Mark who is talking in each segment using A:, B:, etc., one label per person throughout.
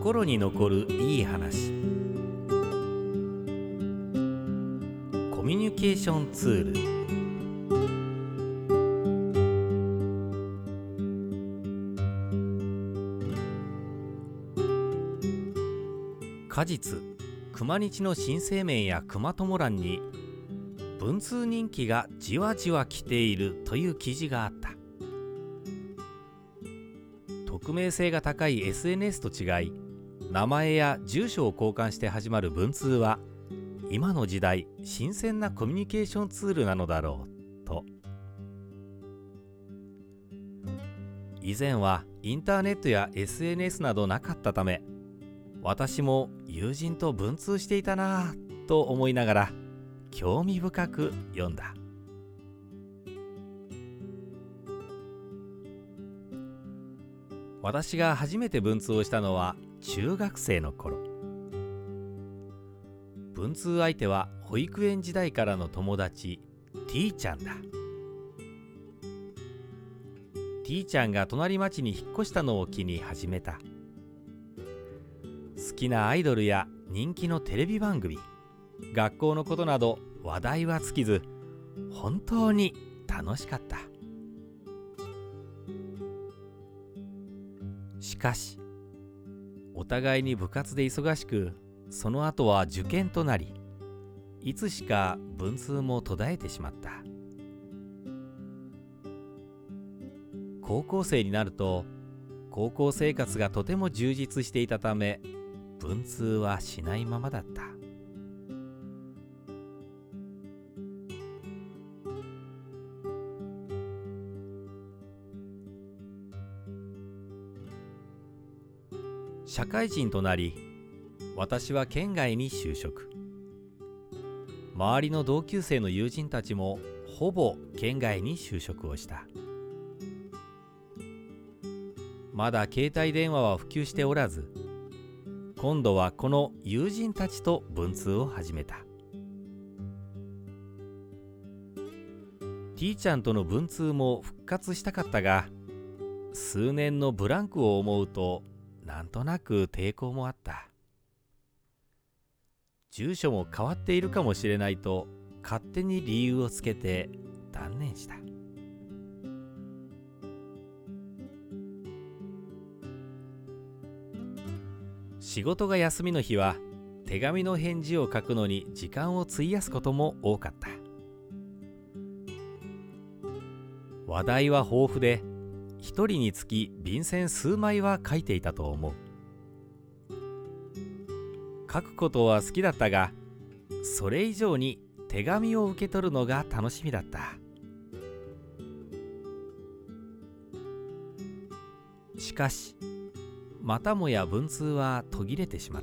A: 心に残るいい話。コミュニケーションツール。果実、熊日の新生命や熊友欄に文通人気がじわじわ来ているという記事があった。匿名性が高い SNS と違い、名前や住所を交換して始まる文通は今の時代新鮮なコミュニケーションツールなのだろうと。以前はインターネットや SNS などなかったため、私も友人と文通していたなぁと思いながら興味深く読んだ。私が初めて文通をしたのは中学生の頃。文通相手は保育園時代からの友達 T ちゃんだ。T ちゃんが隣町に引っ越したのを機に始めた。好きなアイドルや人気のテレビ番組、学校のことなど話題は尽きず、本当に楽しかった。しかし、お互いに部活で忙しく、その後は受験となり、いつしか文通も途絶えてしまった。高校生になると、高校生活がとても充実していたため、文通はしないままだった。社会人となり、私は県外に就職。周りの同級生の友人たちもほぼ県外に就職をした。まだ携帯電話は普及しておらず、今度はこの友人たちと文通を始めた。T ちゃんとの文通も復活したかったが、数年のブランクを思うとなんとなく抵抗もあった。住所も変わっているかもしれないと勝手に理由をつけて断念した。仕事が休みの日は手紙の返事を書くのに時間を費やすことも多かった。話題は豊富で、一人につき便箋数枚は書いていたと思う。書くことは好きだったが、それ以上に手紙を受け取るのが楽しみだった。しかし、またもや文通は途切れてしまった。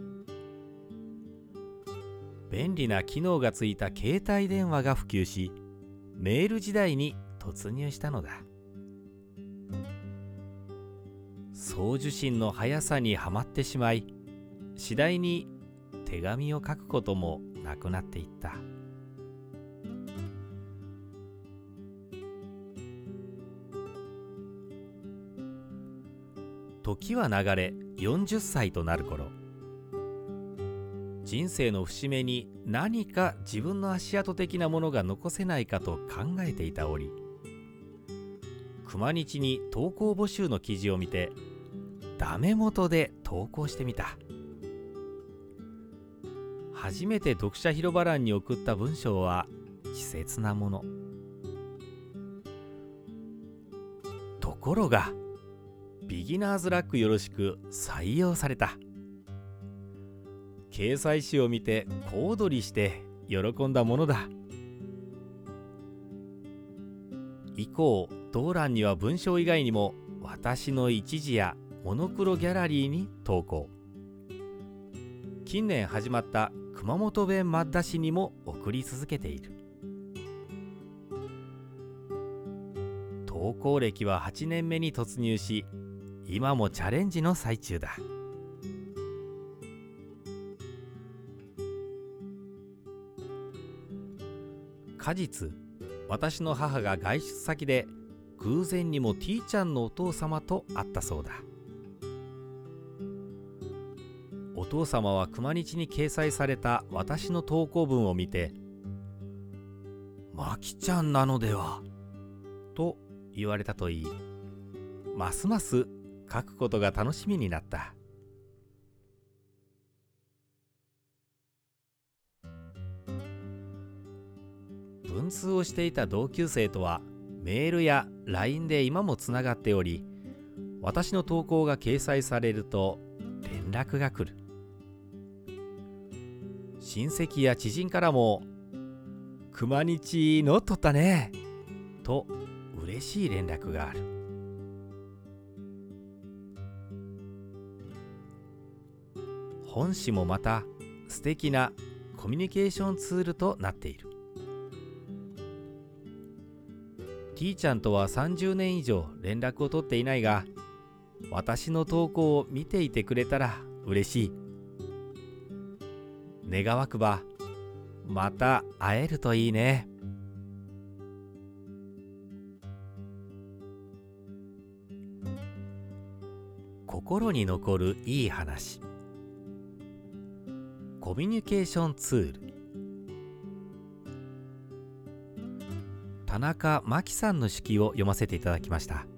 A: 便利な機能がついた携帯電話が普及し、メール時代に突入したのだ。送受信の速さにはまってしまい、次第に手紙を書くこともなくなっていった。時は流れ40歳となる頃、人生の節目に何か自分の足跡的なものが残せないかと考えていた折、熊日に投稿募集の記事を見て、ダメ元で投稿してみた。初めて読者広場欄に送った文章は稚拙なもの。ところが、ビギナーズラックよろしく採用された。掲載誌を見て小躍りして喜んだものだ。以降、同欄には文章以外にも私の一字やモノクロギャラリーに投稿。近年始まった熊本弁マッダシにも送り続けている。投稿歴は8年目に突入し、今もチャレンジの最中だ。果実、私の母が外出先で偶然にも T ちゃんのお父様と会ったそうだ。 お父様は熊日に掲載された私の投稿文を見て、まきちゃんなのではと言われたといい、ますます書くことが楽しみになった。文通をしていた同級生とはメールや LINE で今もつながっており、私の投稿が掲載されると連絡が来る。親戚や知人からも熊日の撮ったねと嬉しい連絡がある。本誌もまた素敵なコミュニケーションツールとなっている。T ちゃんとは30年以上連絡を取っていないが、私の投稿を見ていてくれたら嬉しい。願わくばまた会えるといいね。心に残るいい話。コミュニケーションツール。田中真紀さんの手記を読ませていただきました。